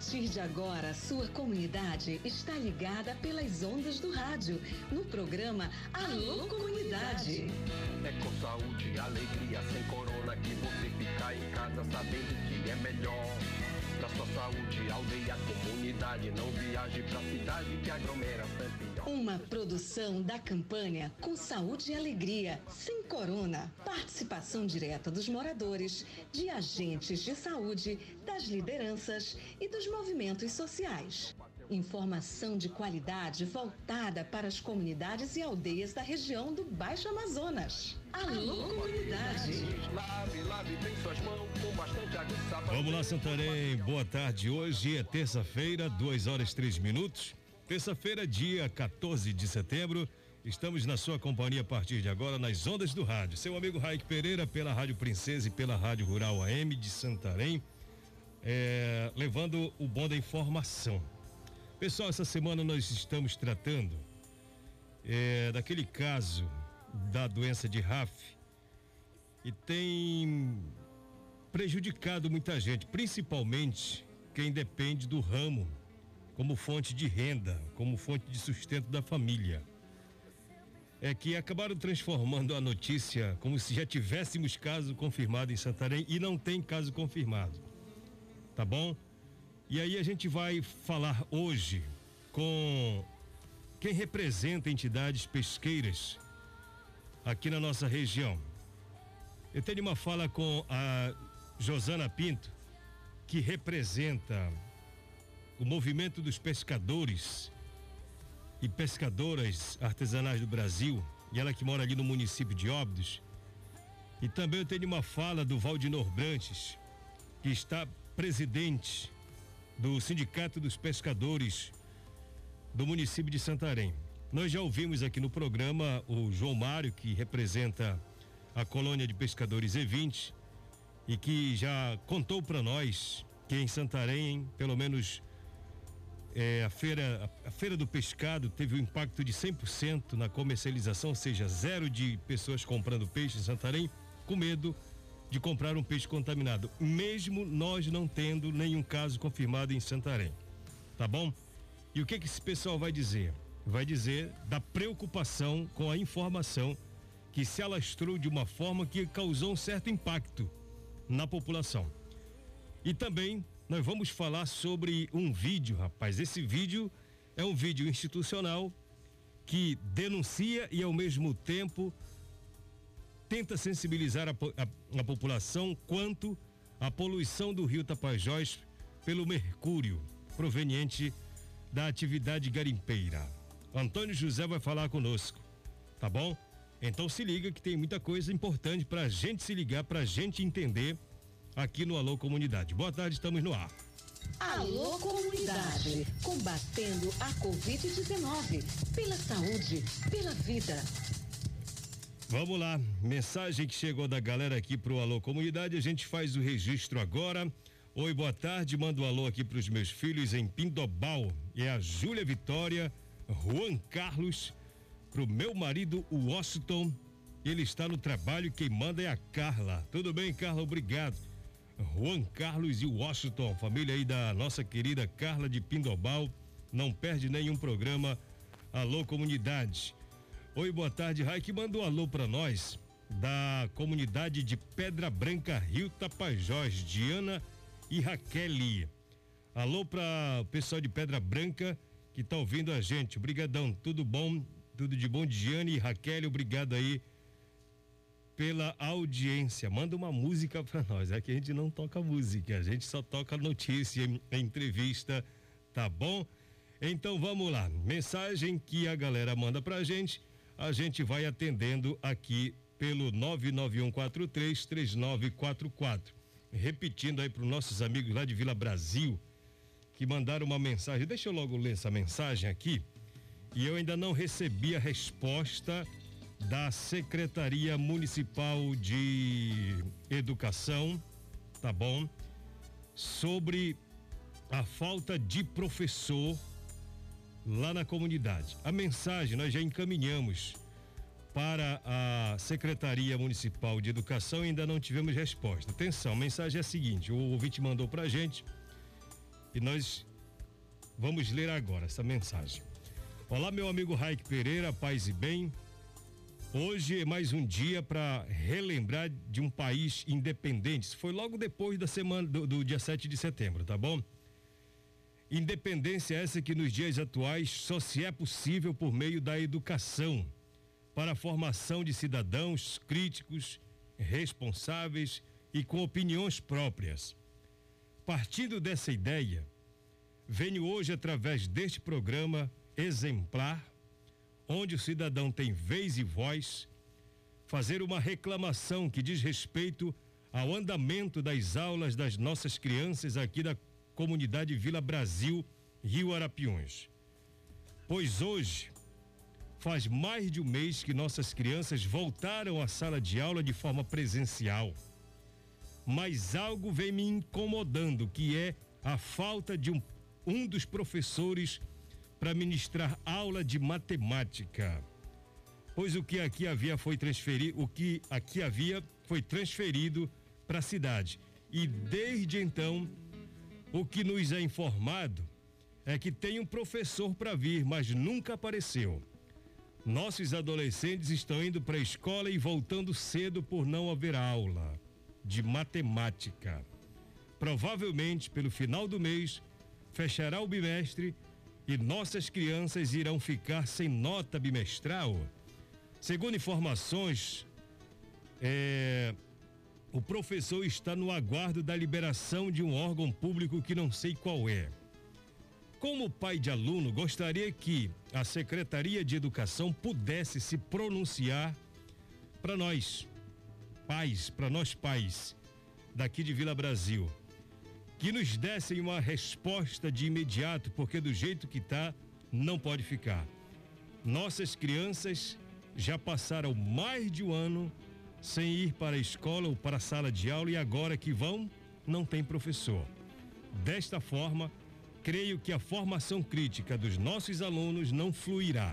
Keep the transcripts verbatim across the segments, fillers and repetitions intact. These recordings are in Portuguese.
partir de agora, sua comunidade está ligada pelas ondas do rádio, no programa Alô Comunidade. É com saúde e alegria, sem corona, que você fica em casa sabendo que é melhor. Pra sua saúde, aldeia, comunidade, não viaje pra cidade que aglomeração é pior. Uma produção da campanha Com Saúde e Alegria, sem corona. Participação direta dos moradores, de agentes de saúde, das lideranças e dos movimentos sociais. Informação de qualidade voltada para as comunidades e aldeias da região do Baixo Amazonas. Alô, comunidade! Lave, lave bem suas mãos com bastante água e sabão. Vamos lá, Santarém. Boa tarde. Hoje é terça-feira, duas horas e três minutos. Terça-feira, dia quatorze de setembro. Estamos na sua companhia a partir de agora nas ondas do rádio. Seu amigo Raik Pereira, pela Rádio Princesa e pela Rádio Rural A M de Santarém, é, levando o bom da informação. Pessoal, essa semana nós estamos tratando é, daquele caso da doença de R A F e tem prejudicado muita gente, principalmente quem depende do ramo como fonte de renda, como fonte de sustento da família. É que acabaram transformando a notícia como se já tivéssemos caso confirmado em Santarém e não tem caso confirmado. Tá bom? E aí a gente vai falar hoje com quem representa entidades pesqueiras aqui na nossa região. Eu tenho uma fala com a Josana Pinto, que representa o movimento dos pescadores e pescadoras artesanais do Brasil, e ela que mora ali no município de Óbidos. E também eu tenho uma fala do Valdinor Brantes, que está presidente do Sindicato dos Pescadores do município de Santarém. Nós já ouvimos aqui no programa o João Mário, que representa a colônia de pescadores E vinte e que já contou para nós que em Santarém, pelo menos é, a feira a, a feira do pescado teve um impacto de cem por cento na comercialização, ou seja, zero de pessoas comprando peixe em Santarém, com medo de comprar um peixe contaminado, mesmo nós não tendo nenhum caso confirmado em Santarém, tá bom? E o que que esse pessoal vai dizer? Vai dizer da preocupação com a informação que se alastrou de uma forma que causou um certo impacto na população. E também nós vamos falar sobre um vídeo, rapaz. Esse vídeo é um vídeo institucional que denuncia e ao mesmo tempo tenta sensibilizar a, a, a população quanto à poluição do rio Tapajós pelo mercúrio proveniente da atividade garimpeira. Antônio José vai falar conosco, tá bom? Então se liga que tem muita coisa importante pra gente se ligar, pra gente entender aqui no Alô Comunidade. Boa tarde, estamos no ar. Alô Comunidade, combatendo a covid dezenove, pela saúde, pela vida. Vamos lá, mensagem que chegou da galera aqui pro Alô Comunidade, a gente faz o registro agora. Oi, boa tarde, mando um alô aqui pros meus filhos em Pindobal, é a Júlia Vitória, Juan Carlos, pro meu marido, o Washington, ele está no trabalho, quem manda é a Carla. Tudo bem, Carla? Obrigado. Juan Carlos e o Washington, família aí da nossa querida Carla de Pindobal, não perde nenhum programa. Alô Comunidade. Oi, boa tarde, Raik, manda um alô pra nós da comunidade de Pedra Branca, Rio Tapajós, Diana e Raquel. Alô pra o pessoal de Pedra Branca que tá ouvindo a gente, obrigadão, tudo bom, tudo de bom, Diana e Raquel, obrigado aí pela audiência. Manda uma música pra nós, é que a gente não toca música, a gente só toca notícia, entrevista, tá bom? Então vamos lá, mensagem que a galera manda pra gente, a gente vai atendendo aqui pelo nove nove um quatro três três nove quatro quatro. Repetindo aí para os nossos amigos lá de Vila Brasil, que mandaram uma mensagem. Deixa eu logo ler essa mensagem aqui. E eu ainda não recebi a resposta da Secretaria Municipal de Educação, tá bom? Sobre a falta de professor lá na comunidade. A mensagem nós já encaminhamos para a Secretaria Municipal de Educação e ainda não tivemos resposta. Atenção, a mensagem é a seguinte, o ouvinte mandou pra gente e nós vamos ler agora essa mensagem. Olá, meu amigo Raik Pereira, paz e bem. Hoje é mais um dia para relembrar de um país independente. Isso foi logo depois da semana do, do dia sete de setembro, tá bom? Independência essa que nos dias atuais só se é possível por meio da educação, para a formação de cidadãos críticos, responsáveis e com opiniões próprias. Partindo dessa ideia, venho hoje, através deste programa exemplar, onde o cidadão tem vez e voz, fazer uma reclamação que diz respeito ao andamento das aulas das nossas crianças aqui da comunidade Vila Brasil, Rio Arapiuns. Pois hoje faz mais de um mês que nossas crianças voltaram à sala de aula de forma presencial. Mas algo vem me incomodando, que é a falta de um, um dos professores para ministrar aula de matemática. Pois o que aqui havia foi transferido, o que aqui havia foi transferido para a cidade. E desde então, o que nos é informado é que tem um professor para vir, mas nunca apareceu. Nossos adolescentes estão indo para a escola e voltando cedo por não haver aula de matemática. Provavelmente, pelo final do mês, fechará o bimestre e nossas crianças irão ficar sem nota bimestral. Segundo informações, é, o professor está no aguardo da liberação de um órgão público que não sei qual é. Como pai de aluno, gostaria que a Secretaria de Educação pudesse se pronunciar para nós, pais, para nós pais daqui de Vila Brasil, que nos dessem uma resposta de imediato, porque do jeito que está, não pode ficar. Nossas crianças já passaram mais de um ano sem ir para a escola ou para a sala de aula e agora que vão, não tem professor. Desta forma, creio que a formação crítica dos nossos alunos não fluirá.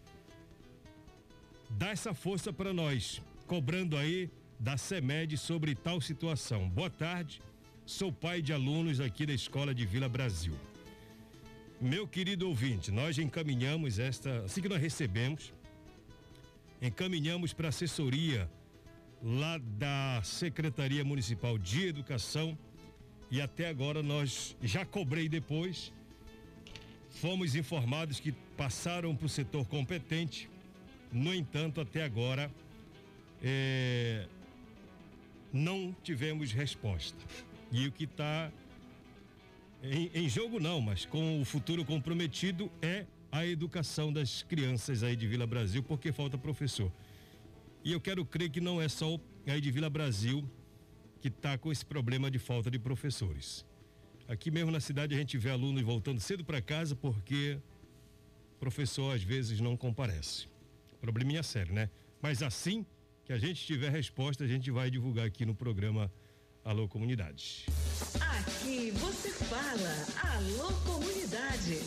Dá essa força para nós, cobrando aí da CEMED sobre tal situação. Boa tarde, sou pai de alunos aqui da Escola de Vila Brasil. Meu querido ouvinte, nós encaminhamos esta, assim que nós recebemos, encaminhamos para a assessoria lá da Secretaria Municipal de Educação e até agora nós já cobrei depois, fomos informados que passaram para o setor competente, no entanto, até agora é, não tivemos resposta. E o que está em, em jogo não, mas com o futuro comprometido é a educação das crianças aí de Vila Brasil, porque falta professor. E eu quero crer que não é só aí de Vila Brasil que está com esse problema de falta de professores. Aqui mesmo na cidade a gente vê alunos voltando cedo para casa porque o professor às vezes não comparece. Probleminha sério, né? Mas assim que a gente tiver resposta, a gente vai divulgar aqui no programa Alô Comunidade. Aqui você fala Alô Comunidade.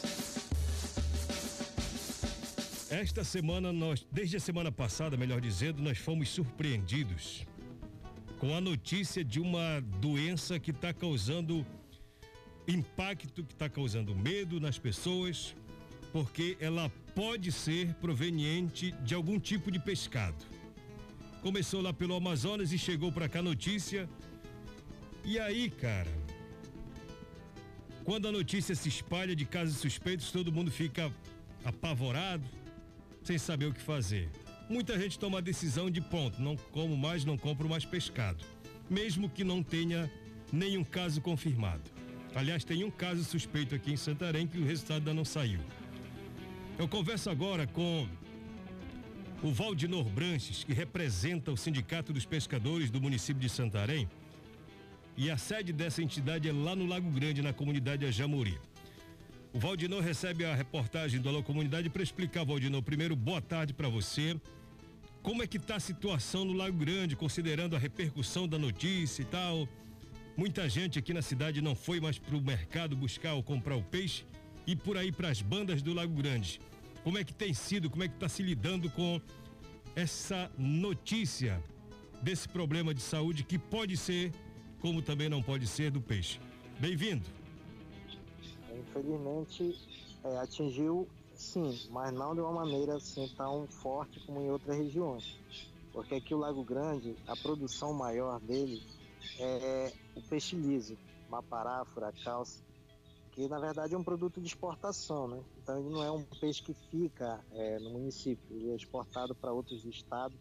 Esta semana nós, desde a semana passada, melhor dizendo, nós fomos surpreendidos com a notícia de uma doença que está causando impacto, que está causando medo nas pessoas, porque ela pode ser proveniente de algum tipo de pescado. Começou lá pelo Amazonas e chegou para cá a notícia. E aí, cara, quando a notícia se espalha de casos suspeitos, todo mundo fica apavorado, sem saber o que fazer. Muita gente toma a decisão de ponto, não como mais, não compro mais pescado, mesmo que não tenha nenhum caso confirmado. Aliás, tem um caso suspeito aqui em Santarém que o resultado ainda não saiu. Eu converso agora com o Valdinor Branches, que representa o Sindicato dos Pescadores do município de Santarém, e a sede dessa entidade é lá no Lago Grande, na comunidade Ajamuri. O Valdinor recebe a reportagem do Alô Comunidade para explicar, Valdinor, primeiro, boa tarde para você. Como é que está a situação no Lago Grande, considerando a repercussão da notícia e tal? Muita gente aqui na cidade não foi mais para o mercado buscar ou comprar o peixe e por aí para as bandas do Lago Grande. Como é que tem sido, como é que está se lidando com essa notícia desse problema de saúde que pode ser, como também não pode ser, do peixe? Bem-vindo. infelizmente é, atingiu sim, mas não de uma maneira assim tão forte como em outras regiões. Porque aqui o Lago Grande, a produção maior dele é o peixe liso, mapará, furacalça, que na verdade é um produto de exportação, né? Então ele não é um peixe que fica é, no município, ele é exportado para outros estados.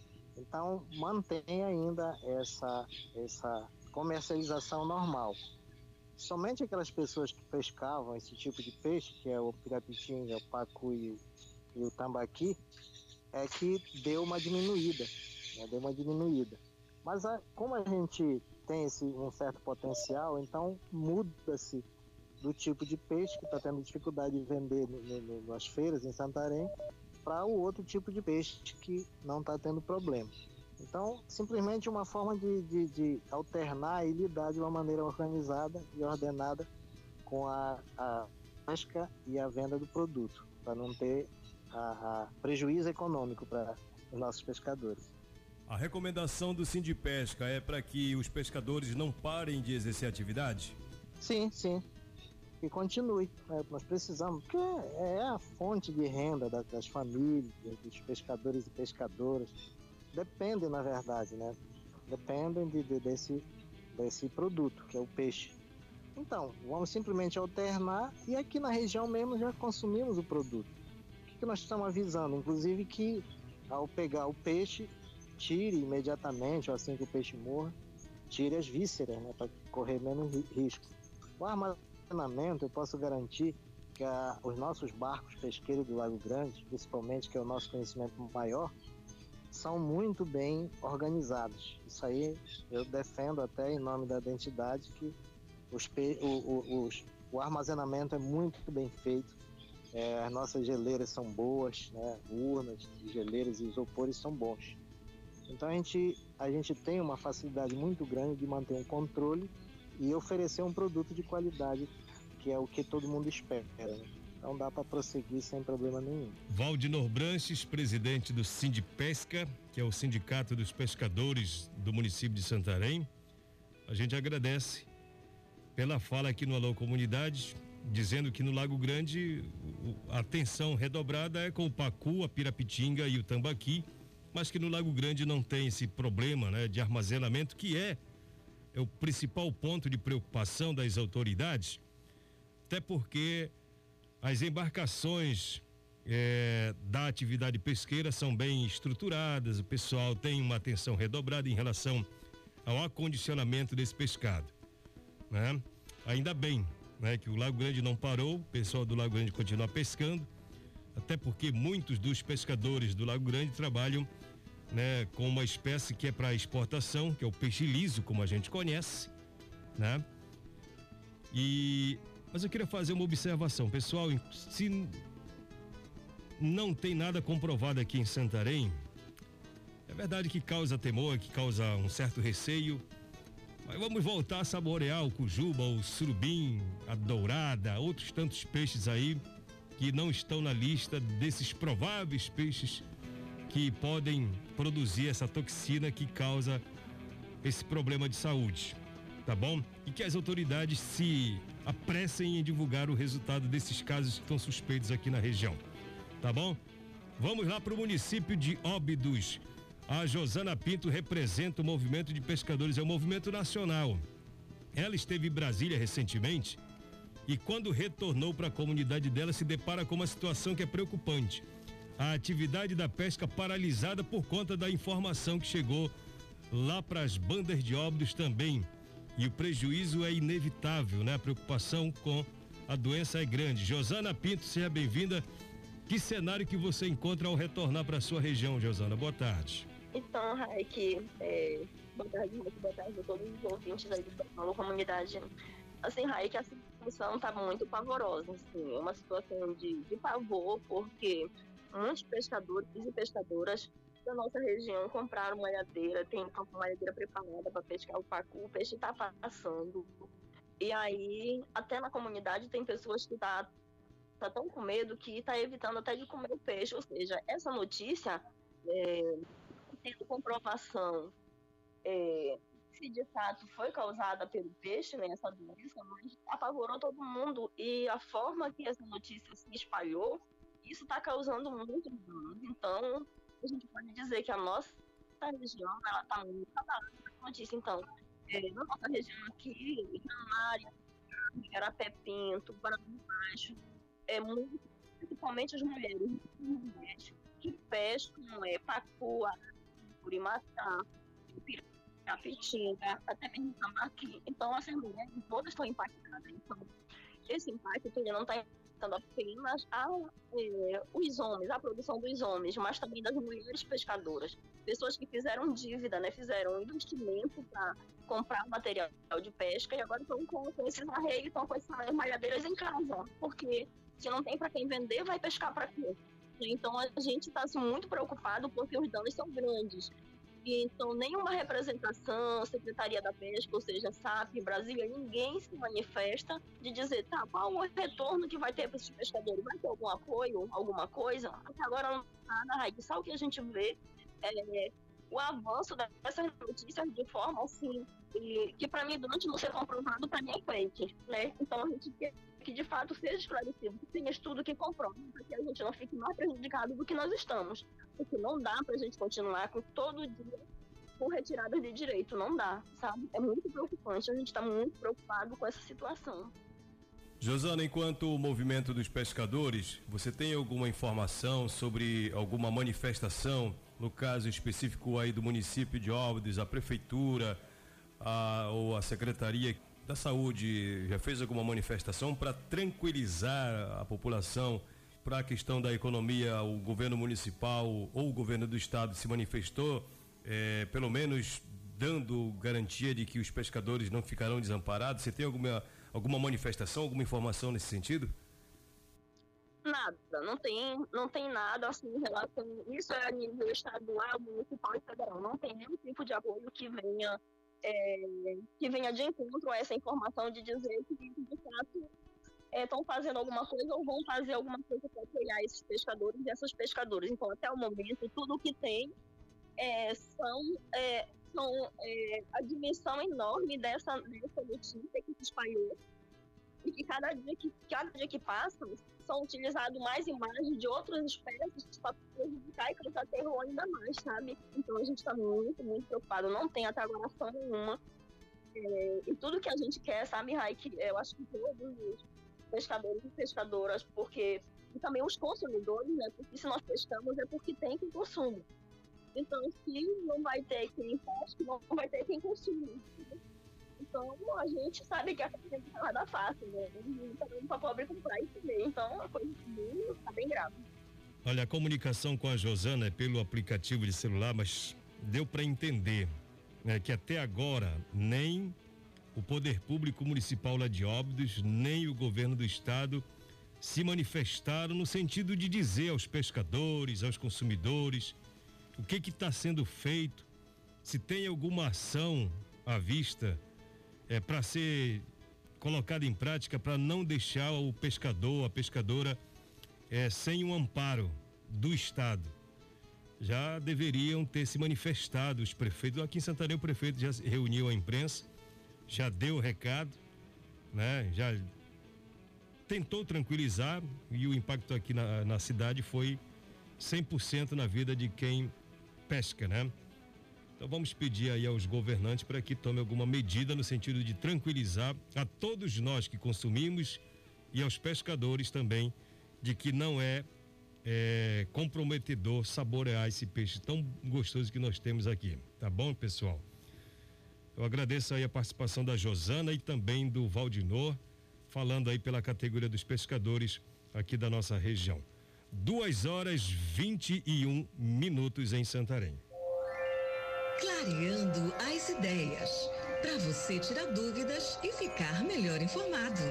Então mantém ainda essa, essa comercialização normal. Somente aquelas pessoas que pescavam esse tipo de peixe, que é o pirapitinga, o pacu e o, e o tambaqui, é que deu uma diminuída, né? Deu uma diminuída. Mas a, como a gente tem esse, um certo potencial, então muda-se do tipo de peixe que está tendo dificuldade de vender no, no, nas feiras em Santarém para o outro tipo de peixe que não está tendo problema. Então, simplesmente uma forma de, de, de alternar e lidar de uma maneira organizada e ordenada com a, a pesca e a venda do produto, para não ter a, a prejuízo econômico para os nossos pescadores. A recomendação do Sindipesca é para que os pescadores não parem de exercer atividade? Sim, sim. Que continue. É, nós precisamos, porque é a fonte de renda das, das famílias, dos pescadores e pescadoras. Dependem, na verdade, né? Dependem de, de, desse, desse produto, que é o peixe. Então, vamos simplesmente alternar e aqui na região mesmo já consumimos o produto. O que, que nós estamos avisando? Inclusive que ao pegar o peixe, tire imediatamente, ou assim que o peixe morra, tire as vísceras, né? Para correr menos risco. O armazenamento, eu posso garantir que a, os nossos barcos pesqueiros do Lago Grande, principalmente, que é o nosso conhecimento maior, são muito bem organizados. Isso aí eu defendo até em nome da identidade que os, o, o, os, o armazenamento é muito bem feito, é, as nossas geleiras são boas, né? Urnas, geleiras e isopores são bons. Então a gente, a gente tem uma facilidade muito grande de manter um controle e oferecer um produto de qualidade, que é o que todo mundo espera, né? Então dá para prosseguir sem problema nenhum. Valdinor Branches, presidente do Sindipesca, que é o Sindicato dos Pescadores do município de Santarém. A gente agradece pela fala aqui no Alô Comunidade, dizendo que no Lago Grande a atenção redobrada é com o pacu, a pirapitinga e o tambaqui, mas que no Lago Grande não tem esse problema, né, de armazenamento, que é, é o principal ponto de preocupação das autoridades, até porque as embarcações é, da atividade pesqueira são bem estruturadas, o pessoal tem uma atenção redobrada em relação ao acondicionamento desse pescado, né? Ainda bem, né, que o Lago Grande não parou, o pessoal do Lago Grande continua pescando, até porque muitos dos pescadores do Lago Grande trabalham, né, com uma espécie que é para exportação, que é o peixe liso, como a gente conhece, né? E Mas eu queria fazer uma observação, pessoal, se não tem nada comprovado aqui em Santarém, é verdade que causa temor, que causa um certo receio, mas vamos voltar a saborear o cujuba, o surubim, a dourada, outros tantos peixes aí que não estão na lista desses prováveis peixes que podem produzir essa toxina que causa esse problema de saúde, tá bom? E que as autoridades se apressem em divulgar o resultado desses casos que estão suspeitos aqui na região, tá bom? Vamos lá para o município de Óbidos. A Josana Pinto representa o movimento de pescadores, é um movimento nacional. Ela esteve em Brasília recentemente e quando retornou para a comunidade dela se depara com uma situação que é preocupante. A atividade da pesca paralisada por conta da informação que chegou lá para as bandas de Óbidos também. E o prejuízo é inevitável, né? A preocupação com a doença é grande. Josana Pinto, seja bem-vinda. Que cenário que você encontra ao retornar para a sua região, Josana? Boa tarde. Então, Raik, é, boa tarde, muito boa tarde a todos os ouvintes aí da comunidade. Assim, Raik, a situação está muito pavorosa, assim, é uma situação de, de pavor, porque muitos pescadores e pescadoras da nossa região compraram malhadeira, tem uma malhadeira preparada para pescar o pacu, o peixe está passando. E aí, até na comunidade tem pessoas que tá, tá tão com medo que tá evitando até de comer o peixe. Ou seja, essa notícia, é, tendo comprovação é, se de fato foi causada pelo peixe, né, essa doença, mas apavorou todo mundo e a forma que essa notícia se espalhou, isso está causando muitos danos. Então, a gente pode dizer que a nossa região está muito abalada com essa notícia. Então, é, na nossa região aqui, Itamária, Igarapé Pinto, Brasil Baixo, é muito, principalmente as mulheres, mulheres que pescam é, pacu, curimatá, pirapitinga, até mesmo tambaqui. Então, essas mulheres todas estão impactadas. Então, esse impacto ele não está impactando apenas a, é, os homens, a produção dos homens, mas também das mulheres pescadoras. Pessoas que fizeram dívida, né, fizeram um investimento para comprar material de pesca e agora estão com, com esses arreios, estão com essas malhadeiras em casa. Porque se não tem para quem vender, vai pescar para quê? Então, a gente está assim, muito preocupado porque os danos são grandes. E, então, nenhuma representação, Secretaria da Pesca, ou seja, S A P, Brasília, ninguém se manifesta de dizer, tá, qual o retorno que vai ter para esses pescadores? Vai ter algum apoio, alguma coisa? Até agora não está nada, Raik. Só o que a gente vê é o avanço dessas notícias de forma, assim, e, que para mim, durante não ser comprovado, para mim é fake, né? Então, a gente quer que, de fato, seja esclarecido, que tenha estudo que comprove, para que a gente não fique mais prejudicado do que nós estamos. Porque não dá pra gente continuar com todo dia com retiradas de direito, não dá, sabe? É muito preocupante, a gente tá muito preocupado com essa situação. Josana, enquanto movimento dos pescadores, você tem alguma informação sobre alguma manifestação, no caso específico aí do município de Óbidos, a prefeitura a, ou a Secretaria da Saúde já fez alguma manifestação para tranquilizar a população? Para a questão da economia, o governo municipal ou o governo do estado se manifestou, é, pelo menos dando garantia de que os pescadores não ficarão desamparados? Você tem alguma, alguma manifestação, alguma informação nesse sentido? Nada, não tem, não tem nada assim em relação. Isso é a nível estadual, municipal e federal. Não tem nenhum tipo de apoio que venha, é, que venha de encontro a essa informação de dizer que, de fato, estão é, fazendo alguma coisa ou vão fazer alguma coisa para apoiar esses pescadores e essas pescadoras. Então, até o momento, tudo o que tem é, são, é, são é, a dimensão enorme dessa, dessa notícia que se espalhou e que cada dia que, cada dia que passa são utilizadas mais imagens de outras espécies para prejudicar e causar terror ainda mais, sabe? Então, a gente está muito, muito preocupado. Não tem até agora ação nenhuma. É, e tudo que a gente quer, sabe, Raik, eu acho que todos os pescadores e pescadoras, porque e também os consumidores, né? Porque se nós pescamos é porque tem quem consuma. Então, se não vai ter quem pesque, não vai ter quem consuma. Então, a gente sabe que a coisa não vai dar fácil, né? Tá dando pra pobre comprar e comer. Então, a coisa está bem grave. Olha, a comunicação com a Josana é pelo aplicativo de celular, mas deu para entender, né, que até agora nem o Poder Público Municipal lá de Óbidos, nem o governo do estado se manifestaram no sentido de dizer aos pescadores, aos consumidores, o que que está sendo feito, se tem alguma ação à vista é, para ser colocada em prática para não deixar o pescador, a pescadora é, sem um amparo do estado. Já deveriam ter se manifestado os prefeitos. Aqui em Santarém o prefeito já reuniu a imprensa, já deu o recado, né? Já tentou tranquilizar e o impacto aqui na, na cidade foi cem por cento na vida de quem pesca, né? Então vamos pedir aí aos governantes para que tomem alguma medida no sentido de tranquilizar a todos nós que consumimos e aos pescadores também, de que não é, é comprometedor saborear esse peixe tão gostoso que nós temos aqui. Tá bom, pessoal? Eu agradeço aí a participação da Josana e também do Valdinor, falando aí pela categoria dos pescadores aqui da nossa região. Duas horas vinte e um minutos em Santarém. Clareando as ideias, para você tirar dúvidas e ficar melhor informado.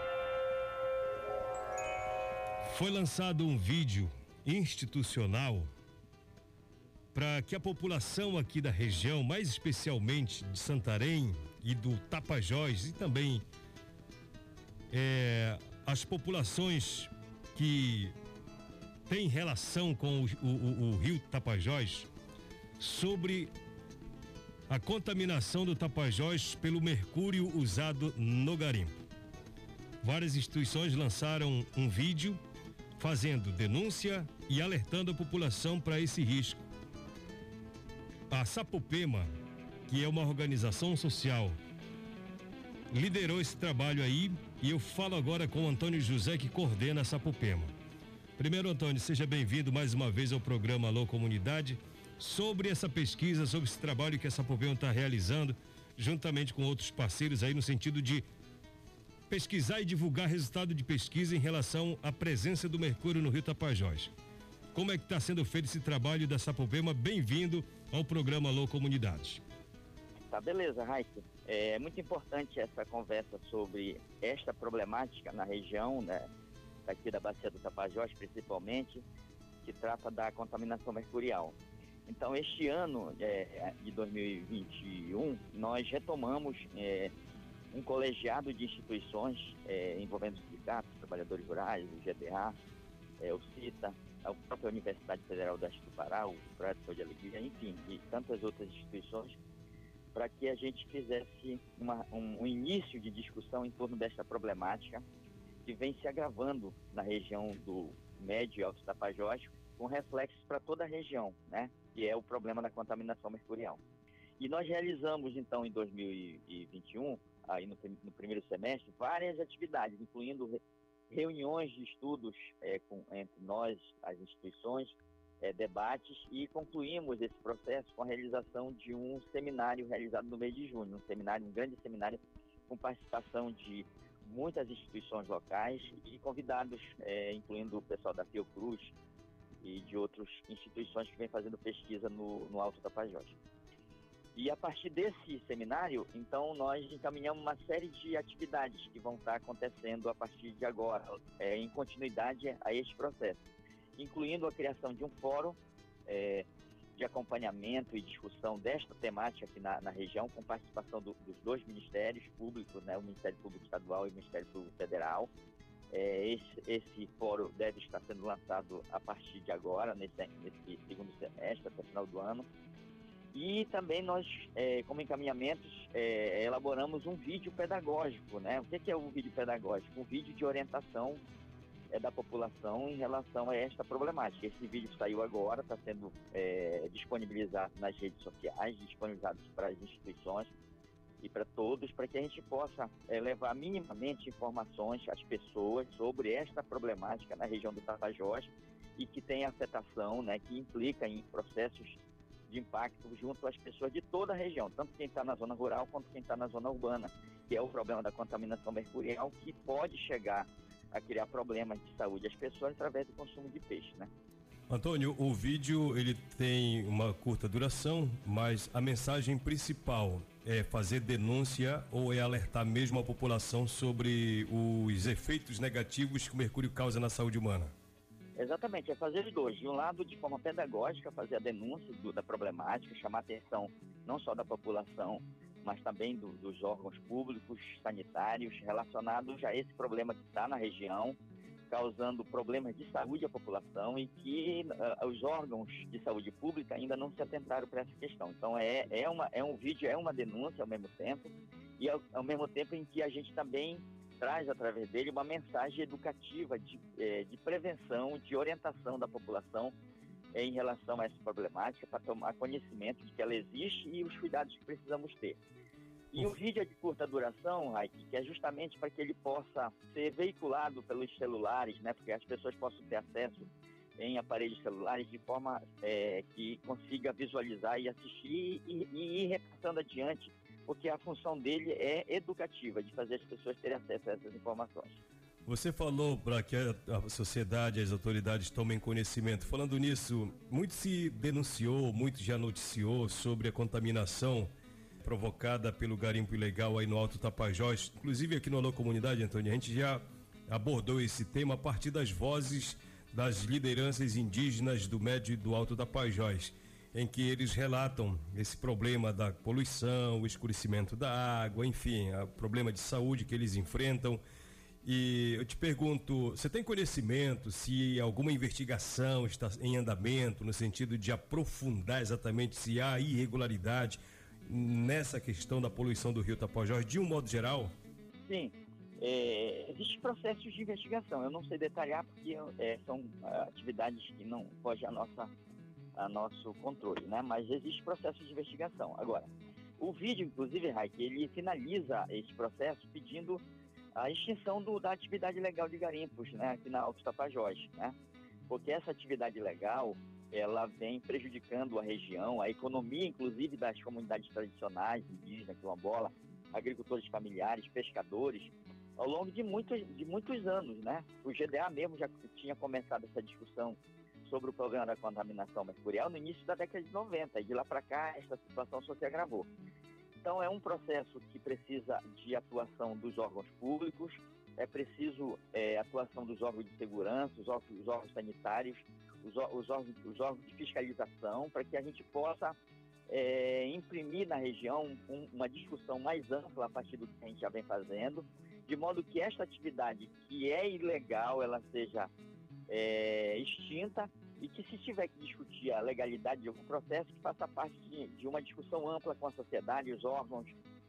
Foi lançado um vídeo institucional para que a população aqui da região, mais especialmente de Santarém e do Tapajós, e também é, as populações que têm relação com o, o, o rio Tapajós, sobre a contaminação do Tapajós pelo mercúrio usado no garimpo. Várias instituições lançaram um vídeo fazendo denúncia e alertando a população para esse risco. A Sapopema, que é uma organização social, liderou esse trabalho aí, e eu falo agora com o Antônio José, que coordena a Sapopema. Primeiro, Antônio, seja bem-vindo mais uma vez ao programa Alô Comunidade, sobre essa pesquisa, sobre esse trabalho que a Sapopema está realizando, juntamente com outros parceiros aí, no sentido de pesquisar e divulgar resultado de pesquisa em relação à presença do mercúrio no Rio Tapajós. Como é que está sendo feito esse trabalho da Sapopema? Bem-vindo ao programa Alô Comunidades. Tá, beleza, Raíssa. É muito importante essa conversa sobre esta problemática na região, né, daqui da Bacia do Tapajós, principalmente, que trata da contaminação mercurial. Então, este ano é, de dois mil e vinte e um, nós retomamos é, um colegiado de instituições é, envolvendo os sindicatos, trabalhadores rurais, o G T A, é, o CITA, a própria Universidade Federal do Oeste do Pará, o Projeto de Alegria, enfim, e tantas outras instituições, para que a gente fizesse uma, um, um início de discussão em torno desta problemática que vem se agravando na região do Médio e Alto Tapajós, com reflexos para toda a região, né? Que é o problema da contaminação mercurial. E nós realizamos, então, em dois mil e vinte e um, aí no, no primeiro semestre, várias atividades, incluindo re, reuniões de estudos é, com, entre nós, as instituições, É, debates, e concluímos esse processo com a realização de um seminário realizado no mês de junho, um seminário, um grande seminário com participação de muitas instituições locais e convidados, é, incluindo o pessoal da Fiocruz e de outras instituições que vêm fazendo pesquisa no, no Alto Tapajós. E a partir desse seminário, então, nós encaminhamos uma série de atividades que vão estar acontecendo a partir de agora, é, em continuidade a este processo, incluindo a criação de um fórum é, de acompanhamento e discussão desta temática aqui na, na região, com participação do, dos dois ministérios públicos, né, o Ministério Público Estadual e o Ministério Público Federal. É, esse, esse fórum deve estar sendo lançado a partir de agora, nesse, nesse segundo semestre, até o final do ano. E também nós, é, como encaminhamentos, é, elaboramos um vídeo pedagógico, né? O que, que é o vídeo pedagógico? Um vídeo de orientação é, da população em relação a esta problemática. Esse vídeo saiu agora, está sendo é, disponibilizado nas redes sociais, disponibilizado para as instituições e para todos, para que a gente possa é, levar minimamente informações às pessoas sobre esta problemática na região do Tapajós e que tem afetação, né, que implica em processos de impacto junto às pessoas de toda a região, tanto quem está na zona rural quanto quem está na zona urbana, que é o problema da contaminação mercurial, que pode chegar a criar problemas de saúde às pessoas através do consumo de peixe, né? Antônio, o vídeo ele tem uma curta duração, mas a mensagem principal é fazer denúncia ou é alertar mesmo a população sobre os efeitos negativos que o mercúrio causa na saúde humana? Exatamente, é fazer os dois. De um lado, de forma pedagógica, fazer a denúncia do, da problemática, chamar a atenção não só da população, mas também do, dos órgãos públicos, sanitários, relacionados a esse problema que está na região, causando problemas de saúde à população e que uh, os órgãos de saúde pública ainda não se atentaram para essa questão. Então, é, é, uma, é um vídeo, é uma denúncia ao mesmo tempo, e ao, ao mesmo tempo em que a gente também traz através dele uma mensagem educativa de, eh, de prevenção, de orientação da população eh, em relação a essa problemática, para tomar conhecimento de que ela existe e os cuidados que precisamos ter. E o vídeo é de curta duração, Raik, que é justamente para que ele possa ser veiculado pelos celulares, né, porque as pessoas possam ter acesso em aparelhos celulares de forma eh, que consiga visualizar e assistir e, e ir repassando adiante, porque a função dele é educativa, de fazer as pessoas terem acesso a essas informações. Você falou para que a, a sociedade, as autoridades tomem conhecimento. Falando nisso, muito se denunciou, muito já noticiou sobre a contaminação provocada pelo garimpo ilegal aí no Alto Tapajós. Inclusive aqui no Alô Comunidade, Antônio, a gente já abordou esse tema a partir das vozes das lideranças indígenas do Médio e do Alto Tapajós, em que eles relatam esse problema da poluição, o escurecimento da água, enfim, o problema de saúde que eles enfrentam. E eu te pergunto, você tem conhecimento se alguma investigação está em andamento no sentido de aprofundar exatamente se há irregularidade nessa questão da poluição do rio Tapajós, de um modo geral? Sim. É, existem processos de investigação. Eu não sei detalhar porque é, são atividades que não fogem a nossa, a nosso controle, né? Mas existe processo de investigação. Agora, o vídeo, inclusive, Raik, ele finaliza esse processo pedindo a extinção do, da atividade legal de garimpos, né? Aqui na Alto Tapajós, né? Porque essa atividade legal, ela vem prejudicando a região, a economia, inclusive, das comunidades tradicionais, indígenas, quilombola, agricultores familiares, pescadores, ao longo de muitos, de muitos anos, né? O G D A mesmo já tinha começado essa discussão sobre o problema da contaminação mercurial no início da década de noventa, e de lá para cá essa situação só se agravou. Então é um processo que precisa de atuação dos órgãos públicos, é preciso é, atuação dos órgãos de segurança, os órgãos, os órgãos sanitários, os, os, órgãos, os órgãos de fiscalização, para que a gente possa é, imprimir na região um, uma discussão mais ampla a partir do que a gente já vem fazendo, de modo que esta atividade que é ilegal, ela seja é, extinta, e que, se tiver que discutir a legalidade de algum processo, que faça parte de, de uma discussão ampla com a sociedade, os órgãos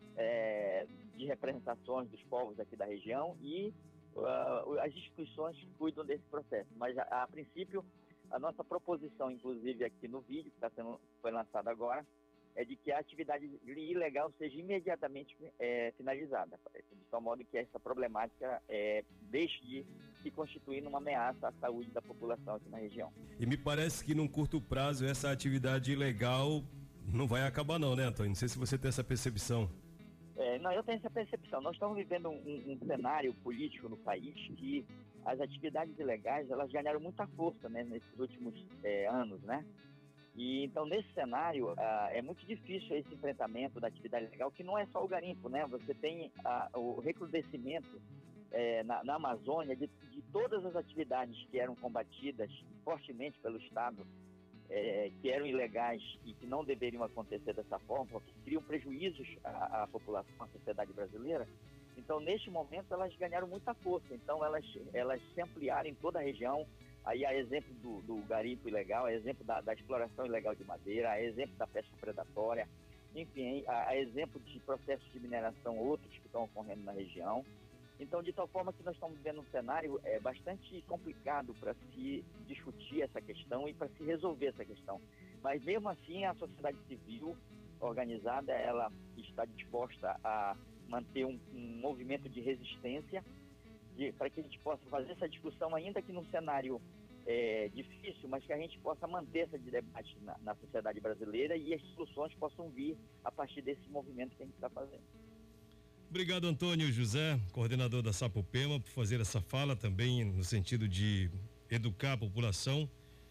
é, de representações dos povos aqui da região e uh, as instituições que cuidam desse processo. Mas, a, a princípio, a nossa proposição, inclusive aqui no vídeo, que tá sendo, foi lançado agora, é de que a atividade ilegal seja imediatamente é, finalizada, de tal modo que essa problemática é, deixe de se constituir numa ameaça à saúde da população aqui na região. E me parece que num curto prazo essa atividade ilegal não vai acabar não, né, Antônio? Não sei se você tem essa percepção. É, não, eu tenho essa percepção. Nós estamos vivendo um, um cenário político no país que as atividades ilegais, elas ganharam muita força, né, nesses últimos é, anos, né? E então, nesse cenário, ah, é muito difícil esse enfrentamento da atividade ilegal, que não é só o garimpo, né? Você tem ah, o recrudescimento eh, na, na Amazônia de, de todas as atividades que eram combatidas fortemente pelo Estado, eh, que eram ilegais e que não deveriam acontecer dessa forma, porque criam prejuízos à, à população, à sociedade brasileira. Então, neste momento, elas ganharam muita força. Então, elas, elas se ampliaram em toda a região. Aí há exemplo do, do garimpo ilegal, há exemplo da, da exploração ilegal de madeira, há exemplo da pesca predatória, enfim, há, há exemplo de processos de mineração, outros que estão ocorrendo na região. Então, de tal forma que nós estamos vivendo um cenário é, bastante complicado para se discutir essa questão e para se resolver essa questão. Mas, mesmo assim, a sociedade civil organizada, ela está disposta a manter um, um movimento de resistência para que a gente possa fazer essa discussão, ainda que num cenário é, difícil, mas que a gente possa manter esse debate na, na sociedade brasileira e as soluções possam vir a partir desse movimento que a gente está fazendo. Obrigado, Antônio José, coordenador da Sapopema, por fazer essa fala também no sentido de educar a população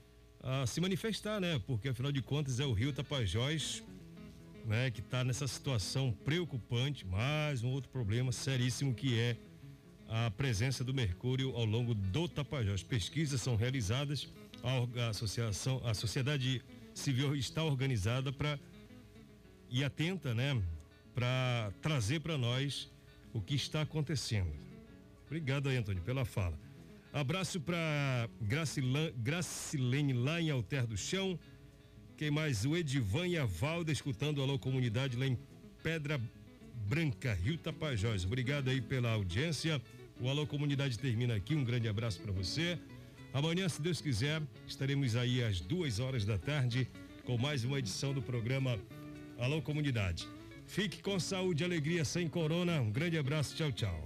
a se manifestar, né? Porque, afinal de contas, é o rio Tapajós, né, que está nessa situação preocupante, mais um outro problema seríssimo, que é a presença do mercúrio ao longo do Tapajós. Pesquisas são realizadas, a, a associação, a sociedade civil está organizada para e atenta, né, para trazer para nós o que está acontecendo. Obrigado aí, Antônio, pela fala. Abraço para Gracilene lá em Alter do Chão. Quem mais? O Edivan e a Valda escutando a Alô Comunidade lá em Pedra Branca, Rio Tapajós. Obrigado aí pela audiência. O Alô Comunidade termina aqui. Um grande abraço para você. Amanhã, se Deus quiser, estaremos aí às duas horas da tarde com mais uma edição do programa Alô Comunidade. Fique com saúde e alegria sem corona. Um grande abraço. Tchau, tchau.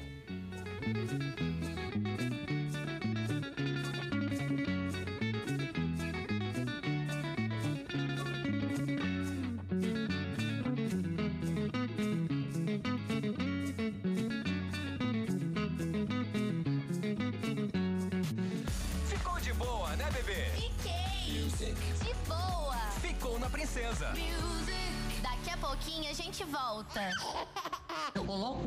Daqui a pouquinho a gente volta.